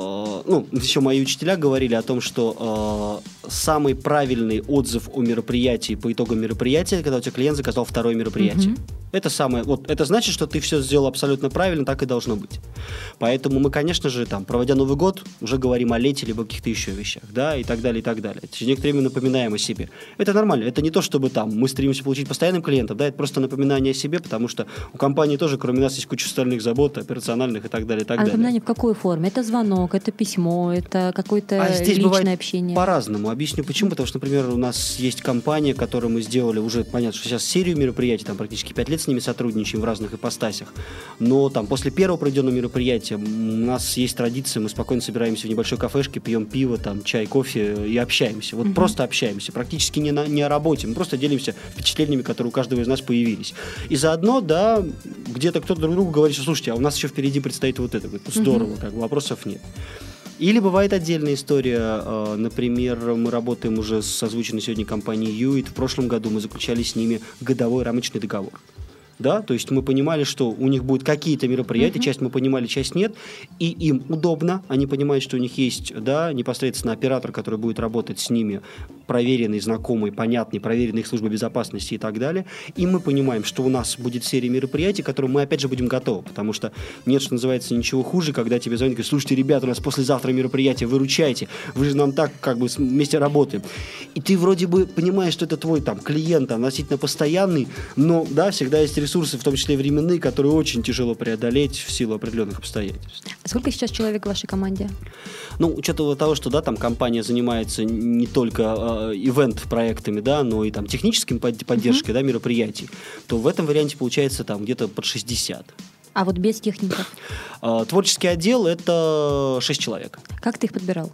ну, еще мои учителя говорили о том, что самый правильный отзыв о мероприятии по итогам мероприятия, когда у тебя клиент заказал второе мероприятие. Uh-huh. Это самое, вот, это значит, что ты все сделал абсолютно правильно, так и должно быть. Поэтому мы, конечно же, там, проводя Новый год, уже говорим о лете, либо каких-то еще вещах, да, и так далее, и так далее. Через некоторое время напоминаем о себе. Это нормально, это не то, чтобы там мы стремимся получить постоянным клиентов, да, это просто напоминание о себе, потому что у компании тоже, кроме нас, есть куча остальных забот, операциональных и так далее, и так а далее. А напоминание в какой форме? Это звонок, это письмо, это какое-то а здесь личное бывает общение? По-разному. Объясню почему. Потому что, например, у нас есть компания, которую мы сделали уже, понятно, что сейчас серию мероприятий, там практически пять лет с ними сотрудничаем в разных ипостасях. Но там после первого проведенного мероприятия у нас есть традиция, мы спокойно собираемся в небольшой кафешке, пьем пиво, там, чай, кофе и общаемся. Вот uh-huh. просто общаемся. Практически не, на, не о работе. Мы просто делимся впечатлениями, которые у каждого из нас появились. И заодно, да, где-то кто-то друг другу говорит, что, слушайте, а у нас еще впереди предстоит вот это. Здорово, uh-huh. как бы, вопросов нет. Или бывает отдельная история, например, мы работаем уже с озвученной сегодня компанией Юит. В прошлом году мы заключали с ними годовой рамочный договор. Да, то есть мы понимали, что у них будут какие-то мероприятия, uh-huh. часть мы понимали, часть нет, и им удобно, они понимают, что у них есть, да, непосредственно оператор, который будет работать с ними, проверенный, знакомый, понятный, проверенный их службой безопасности и так далее, и мы понимаем, что у нас будет серия мероприятий, к которым мы опять же будем готовы, потому что нет, что называется, ничего хуже, когда тебе звонят и говорят, слушайте, ребята, у нас послезавтра мероприятие, выручайте, вы же нам так как бы вместе работаем, и ты вроде бы понимаешь, что это твой там клиент относительно постоянный, но, да, всегда есть ресурсы, в том числе временные, которые очень тяжело преодолеть в силу определенных обстоятельств. А сколько сейчас человек в вашей команде? Ну, учитывая того, что, да, там компания занимается не только э, ивент-проектами, да, но и там техническим под- поддержкой, uh-huh. да, мероприятий, то в этом варианте получается там где-то под шестьдесят. А вот без техников? Э, творческий отдел – это шесть человек. Как ты их подбирал?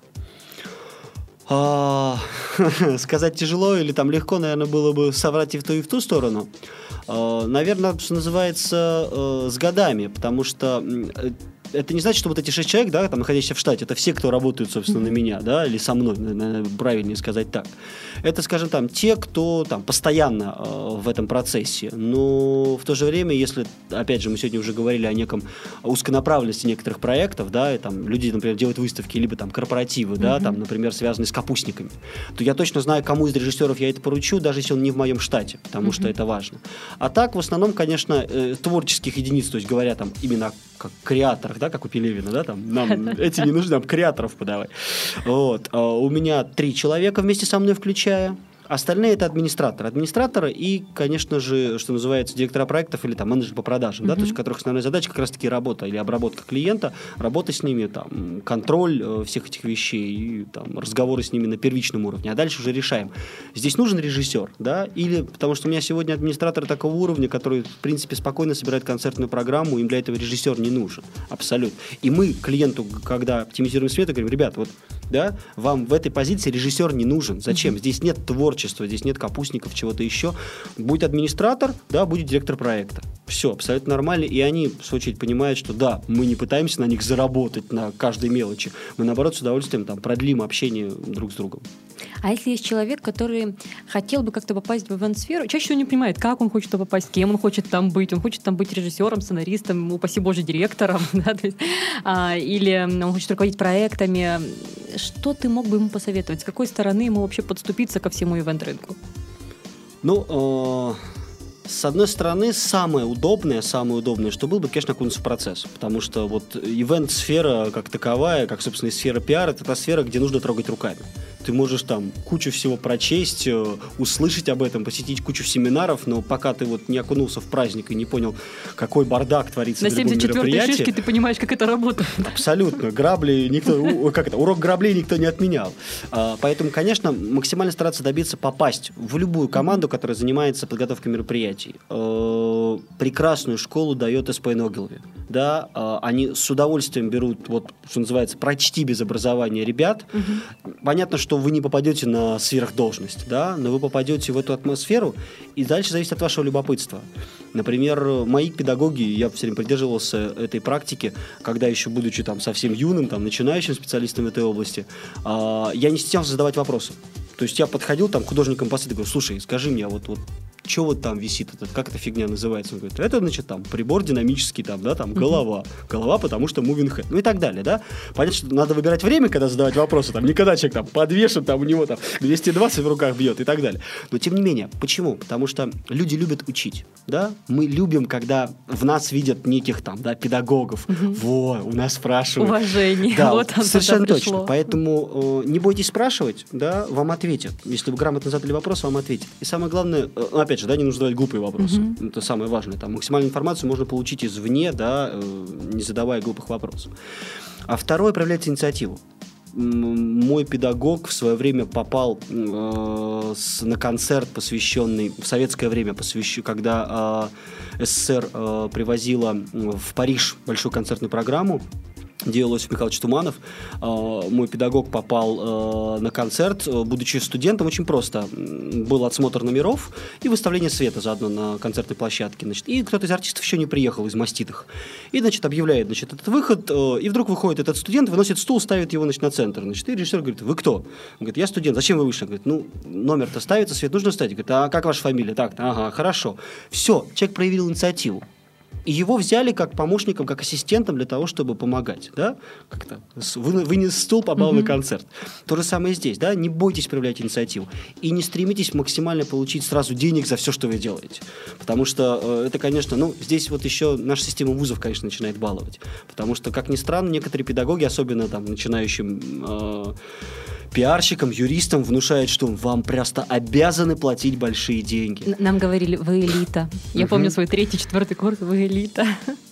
А, сказать тяжело или там легко, наверное, было бы соврать и в ту, и в ту сторону. А, наверное, что называется, э, с годами, потому что э, это не значит, что вот эти шесть человек, да, там, находящиеся в штате, это все, кто работают, собственно, на меня, да, или со мной, наверное, правильнее сказать так. Это, скажем, там, те, кто там постоянно э, в этом процессе. Но в то же время, если, опять же, мы сегодня уже говорили о неком узконаправленности некоторых проектов, да, и там люди, например, делают выставки, либо там корпоративы, mm-hmm. да, там, например, связанные с капустниками, то я точно знаю, кому из режиссеров я это поручу, даже если он не в моем штате, потому mm-hmm. что это важно. А так, в основном, конечно, э, творческих единиц, то есть говоря там именно как креаторах, да, как у Пелевина, да, там, нам эти не нужны, нам креаторов подавай. Вот. А у меня три человека вместе со мной включая. Остальные – это администраторы. Администраторы и, конечно же, что называется, директора проектов или там менеджеры по продажам, mm-hmm. да, то есть у которых основная задача как раз-таки работа или обработка клиента, работа с ними, там, контроль э, всех этих вещей, и, там, разговоры с ними на первичном уровне. А дальше уже решаем. Здесь нужен режиссер, да, или потому что у меня сегодня администраторы такого уровня, которые, в принципе, спокойно собирают концертную программу, им для этого режиссер не нужен. Абсолютно. И мы клиенту, когда оптимизируем свет, говорим, ребят, вот, да, вам в этой позиции режиссер не нужен. Зачем? Mm-hmm. Здесь нет творчества, здесь нет капустников, чего-то еще. Будет администратор, да, будет директор проекта. Все, абсолютно нормально. И они, в свою очередь, понимают, что да, мы не пытаемся на них заработать на каждой мелочи. Мы, наоборот, с удовольствием там продлим общение друг с другом. А если есть человек, который хотел бы как-то попасть в ивент-сферу, чаще всего не понимает, как он хочет туда попасть, кем он хочет там быть. Он хочет там быть режиссером, сценаристом, упаси боже, директором, да, то есть, а, или он хочет руководить проектами. Что ты мог бы ему посоветовать? С какой стороны ему вообще подступиться ко всему ивент-рынку? Ну, э, с одной стороны, самое удобное, самое удобное, что было бы, конечно, окунуться в процесс. Потому что вот ивент-сфера как таковая, как, собственно, и сфера пиара, это та сфера, где нужно трогать руками. Ты можешь там кучу всего прочесть, услышать об этом, посетить кучу семинаров, но пока ты вот не окунулся в праздник и не понял, какой бардак творится на на любом мероприятии... На семьдесят четвёртой шишке ты понимаешь, как это работает. Абсолютно. Грабли никто... Как это? Урок граблей никто не отменял. Поэтому, конечно, максимально стараться добиться попасть в любую команду, которая занимается подготовкой мероприятий. Прекрасную школу дает эс пэ эн Ogilvy. Да, они с удовольствием берут, вот, что называется, прочти без образования ребят. Угу. Понятно, что вы не попадете на сверхдолжность, да, но вы попадете в эту атмосферу, и дальше зависит от вашего любопытства. Например, мои педагоги, я все время придерживался этой практики, когда еще будучи там совсем юным, там, начинающим специалистом в этой области, я не стеснялся задавать вопросы. То есть я подходил там к художникам по свету и говорю: слушай, скажи мне, вот, вот что вот там висит, этот, как эта фигня называется? Он говорит: это, значит, там, прибор динамический, там, да, там, голова. Uh-huh. Голова, потому что moving head. Ну и так далее, да. Понятно, что надо выбирать время, когда задавать вопросы, там, не когда человек там подвешен, там, у него там двести двадцать в руках бьет и так далее. Но, тем не менее, почему? Потому что люди любят учить, да. Мы любим, когда в нас видят неких там, да, педагогов. Uh-huh. Во, у нас спрашивают. Уважение. Да, вот совершенно точно. Поэтому э, не бойтесь спрашивать, да, вам ответят. Если вы грамотно задали вопрос, вам ответят. И самое главное, э, опять же, да, не нужно задавать глупые вопросы. Uh-huh. Это самое важное. Там максимальную информацию можно получить извне, да, э, не задавая глупых вопросов. А второе, проявлять инициативу. Мой педагог в свое время попал э, с, на концерт, посвященный в советское время, посвящ... когда э, эс эс эс эр э, привозила в Париж большую концертную программу, делал Иосиф Михайлович Туманов. Мой педагог попал на концерт, будучи студентом, очень просто. Был отсмотр номеров и выставление света заодно на концертной площадке. Значит, и кто-то из артистов еще не приехал, из маститых. И, значит, объявляет, значит, этот выход, и вдруг выходит этот студент, выносит стул, ставит его, значит, на центр. Значит, и режиссер говорит: вы кто? Он говорит: я студент. Зачем вы вышли? Он говорит: ну, номер-то ставится, свет нужно ставить. Говорит: а как ваша фамилия? Так, ага, хорошо. Все, человек проявил инициативу. И его взяли как помощником, как ассистентом для того, чтобы помогать, да, как-то вынес стул, побал mm-hmm. на концерт. То же самое здесь, да, не бойтесь проявлять инициативу и не стремитесь максимально получить сразу денег за все, что вы делаете, потому что э, это, конечно, ну, здесь вот еще наша система вузов, конечно, начинает баловать, потому что, как ни странно, некоторые педагоги, особенно там начинающим э, пиарщикам, юристам, внушают, что вам просто обязаны платить большие деньги. Нам говорили: вы элита. Я uh-huh. помню свой третий, четвертый курс, вы элита.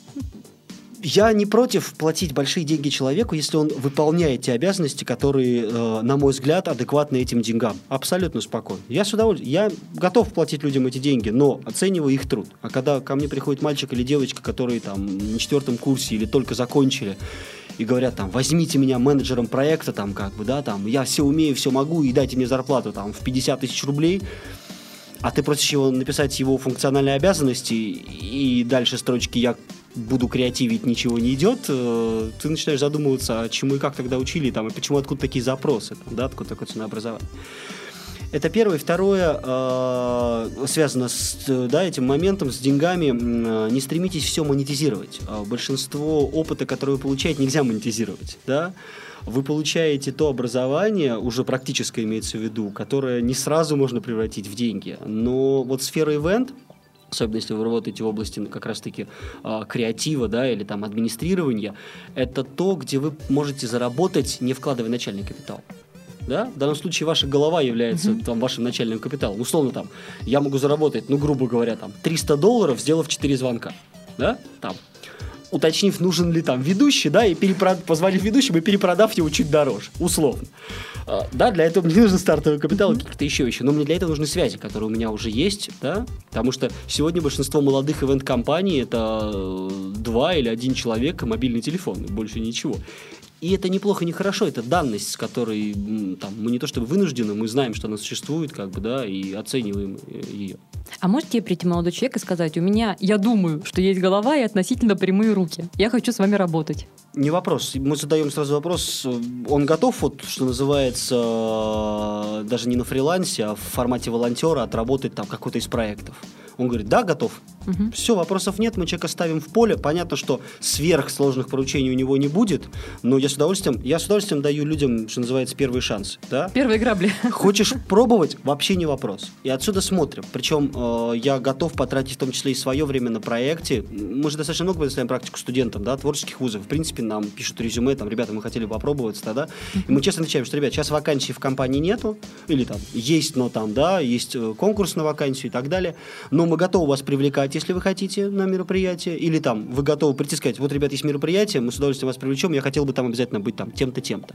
Я не против платить большие деньги человеку, если он выполняет те обязанности, которые, э, на мой взгляд, адекватны этим деньгам. Абсолютно спокойно. Я с удовольствием, я готов платить людям эти деньги, но оцениваю их труд. А когда ко мне приходит мальчик или девочка, которые там на четвертом курсе или только закончили, и говорят там: возьмите меня менеджером проекта, там, как бы, да, там, я все умею, все могу, и дайте мне зарплату там в пятьдесят тысяч рублей, а ты просишь его написать его функциональные обязанности, и дальше строчки «я буду креативить, ничего не идет», ты начинаешь задумываться, а чему и как тогда учили, там, и почему, откуда такие запросы, там, да, откуда такое ценообразование. Это первое. Второе, э, связано с, да, этим моментом, с деньгами. Э, не стремитесь все монетизировать. Э, большинство опыта, которое вы получаете, нельзя монетизировать. Да? Вы получаете то образование, уже практическое имеется в виду, которое не сразу можно превратить в деньги. Но вот сфера ивент, особенно если вы работаете в области как раз-таки э, креатива, да, или там администрирования, это то, где вы можете заработать, не вкладывая начальный капитал. Да? В данном случае ваша голова является uh-huh. там, вашим начальным капиталом. Условно, там, я могу заработать, ну, грубо говоря, там, триста долларов, сделав четыре звонка. Да? Там, уточнив, нужен ли там ведущий, да, и перепрод... позвонив ведущему и перепродав его чуть дороже. Условно. А, да, для этого мне нужен стартовый капитал и uh-huh. какие-то еще вещи. Но мне для этого нужны связи, которые у меня уже есть. Да? Потому что сегодня большинство молодых ивент-компаний — это два или один человек и мобильный телефон, больше ничего. И это неплохо, не хорошо, это данность, с которой там, мы не то чтобы вынуждены, мы знаем, что она существует, как бы, да, и оцениваем ее. А может тебе прийти молодой человек и сказать: у меня, я думаю, что есть голова и относительно прямые руки, я хочу с вами работать? Не вопрос. Мы задаем сразу вопрос, он готов, вот, что называется, даже не на фрилансе, а в формате волонтера отработать там какой-то из проектов? Он говорит, да, готов. Угу. Все, вопросов нет, мы человека ставим в поле. Понятно, что сверхсложных поручений у него не будет, но я с удовольствием, я с удовольствием даю людям, что называется, первый шанс. Да? Первые грабли. Хочешь пробовать? Вообще не вопрос. И отсюда смотрим. Причем э, я готов потратить в том числе и свое время на проекте. Мы же достаточно много предоставляем практику студентам, да, творческих вузов. В принципе, нам пишут резюме, там, ребята, мы хотели попробовать, да, и мы честно отвечаем, что, ребят, сейчас вакансий в компании нету, или там есть, но там, да, есть конкурс на вакансию и так далее, но мы готовы вас привлекать, если вы хотите, на мероприятие, или там вы готовы прийти и сказать, вот, ребят, есть мероприятие, мы с удовольствием вас привлечем, я хотел бы там обязательно быть там тем-то, тем-то.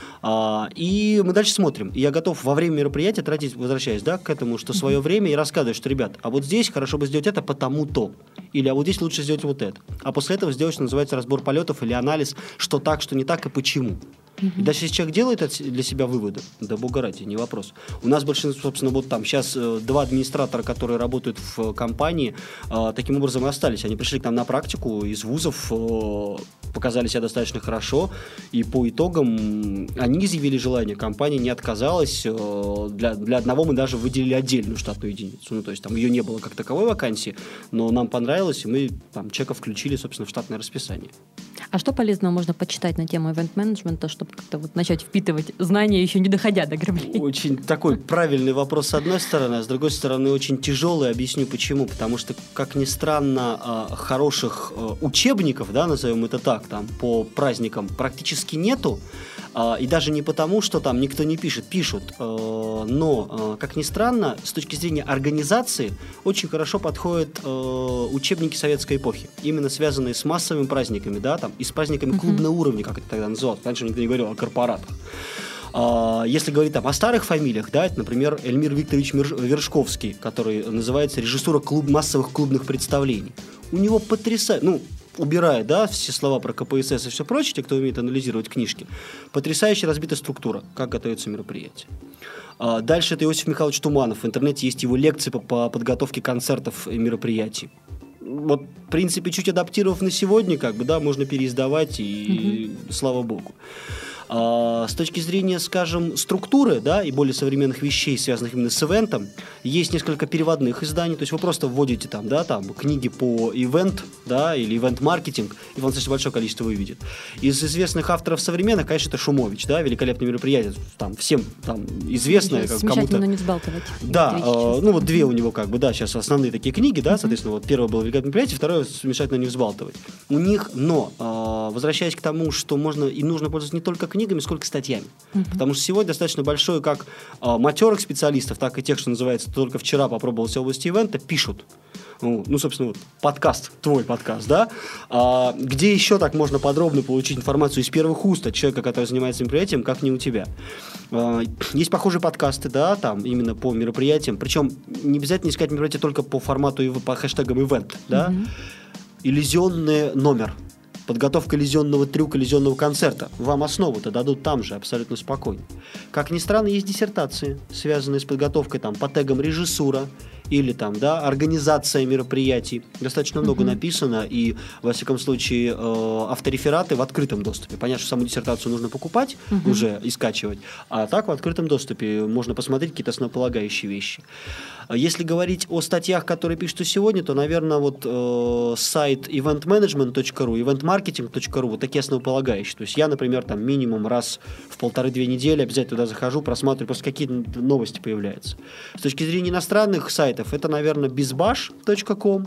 А, и мы дальше смотрим. И я готов во время мероприятия тратить, возвращаясь, да, к этому, что свое время, и рассказывать, что, ребят, а вот здесь хорошо бы сделать это потому-то, или а вот здесь лучше сделать вот это. А после этого сделать, что называется, разбор полетов или анализ, что так, что не так и почему. И дальше, если человек делает для себя выводы, да бога ради, не вопрос. У нас большинство, собственно, вот там сейчас э, два администратора, которые работают в компании, э, таким образом и остались. Они пришли к нам на практику из вузов, э, показали себя достаточно хорошо, и по итогам они изъявили желание, компания не отказалась. Э, для, для одного мы даже выделили отдельную штатную единицу. Ну, то есть там ее не было как таковой вакансии, но нам понравилось, и мы там человека включили, собственно, в штатное расписание. А что полезного можно почитать на тему ивент-менеджмента, чтобы как-то вот начать впитывать знания, еще не доходя до грабли? Очень такой правильный вопрос с одной стороны, а с другой стороны очень тяжелый. Объясню почему. Потому что, как ни странно, хороших учебников, да, назовем это так, там, по праздникам практически нету. И даже не потому, что там никто не пишет, пишут. Но, как ни странно, с точки зрения организации очень хорошо подходят учебники советской эпохи. Именно связанные с массовыми праздниками, да, там, и с праздниками uh-huh. клубного уровня, как это тогда называлось. Раньше никто не говорил о корпоратах. Если говорить там о старых фамилиях, да, это, например, Эльмир Викторович Вершковский, который называется «Режиссура клуб, массовых клубных представлений». У него потрясает, ну, убирая, да, все слова про ка пэ эс эс и все прочее, те, кто умеет анализировать книжки, потрясающе разбита структура, как готовятся мероприятия. Дальше это Иосиф Михайлович Туманов. В интернете есть его лекции по, по подготовке концертов и мероприятий. Вот, в принципе, чуть адаптировав на сегодня, как бы, да, можно переиздавать, и угу. слава богу. А, с точки зрения, скажем, структуры, да, и более современных вещей, связанных именно с ивентом, есть несколько переводных изданий, то есть вы просто вводите там, да, там, книги по ивент, да, или ивент-маркетинг, и вам достаточно большое количество выведет. Из известных авторов современных, конечно, это Шумович, да, великолепное мероприятие, там, всем там известное. Смешать, кому-то... но не взбалтывать. Да, э, ну вот две у него, как бы, да, сейчас основные такие книги, да, соответственно, вот первое было великолепное мероприятие, второе смешать, но не взбалтывать. У них, но, э, возвращаясь к тому, что можно и нужно пользоваться не только книгами, сколько статьями. Uh-huh. Потому что сегодня достаточно большое, как а, матерых специалистов, так и тех, что называется, только вчера попробовал в области ивента, пишут. Ну, ну, собственно, вот подкаст, твой подкаст, да? А, где еще так можно подробно получить информацию из первых уст от человека, который занимается мероприятием, как не у тебя. А, есть похожие подкасты, да, там, именно по мероприятиям. Причем не обязательно искать мероприятие только по формату, по хэштегам ивент, да? Uh-huh. Иллюзионный номер. Подготовка иллюзионного трюка, иллюзионного концерта. Вам основу-то дадут там же, абсолютно спокойно. Как ни странно, есть диссертации, связанные с подготовкой там, по тегам режиссура или там, да, организация мероприятий. Достаточно много uh-huh. написано, и, во всяком случае, э, авторефераты в открытом доступе. Понятно, что саму диссертацию нужно покупать uh-huh. уже и скачивать, а так в открытом доступе можно посмотреть какие-то основополагающие вещи. Если говорить о статьях, которые пишутся сегодня, то, наверное, вот э, сайт ивент менеджмент точка ру, ивент маркетинг точка ру, вот такие основополагающие. То есть я, например, там минимум раз в полторы-две недели обязательно туда захожу, просматриваю, просто какие новости появляются. С точки зрения иностранных сайтов, это, наверное, bizbash точка ком.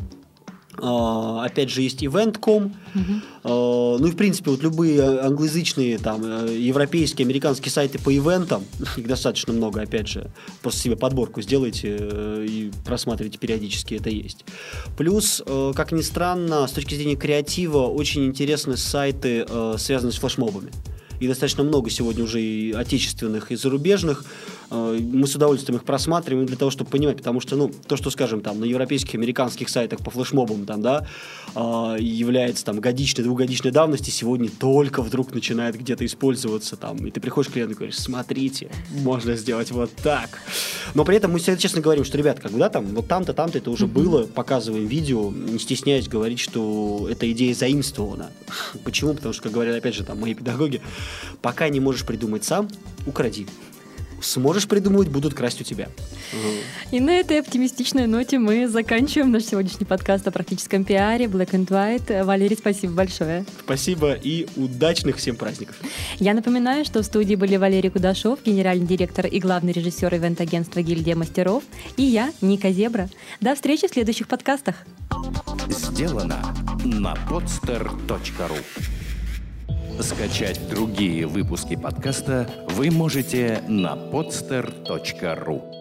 Uh, опять же, есть event точка ком. Uh-huh. Uh, ну и, в принципе, вот любые англоязычные, там, европейские, американские сайты по ивентам, их достаточно много, опять же, просто себе подборку сделайте uh, и просматривайте периодически, это есть. Плюс, uh, как ни странно, с точки зрения креатива, очень интересны сайты, uh, связанные с флешмобами. И достаточно много сегодня уже и отечественных, и зарубежных. Мы с удовольствием их просматриваем для того, чтобы понимать, потому что, ну, то, что, скажем, там, на европейских, американских сайтах по флешмобам, там, да, является, там, годичной, двухгодичной давности, сегодня только вдруг начинает где-то использоваться, там, и ты приходишь к клиенту и говоришь, смотрите, можно сделать вот так. Но при этом мы всегда честно говорим, что, ребят, как бы, да, там, вот там-то, там-то это уже было, показываем видео, не стесняясь говорить, что эта идея заимствована. Почему? Потому что, как говорят, опять же, там, мои педагоги, пока не можешь придумать сам, укради. Сможешь придумывать, будут красть у тебя. И на этой оптимистичной ноте мы заканчиваем наш сегодняшний подкаст о практическом пиаре Black and White. Валерий, спасибо большое. Спасибо и удачных всем праздников. Я напоминаю, что в студии были Валерий Кудашов, генеральный директор и главный режиссер ивент-агентства «Гильдия мастеров», и я, Ника Зебра. До встречи в следующих подкастах. Сделано на podster точка ру. Скачать другие выпуски подкаста вы можете на podster точка ру.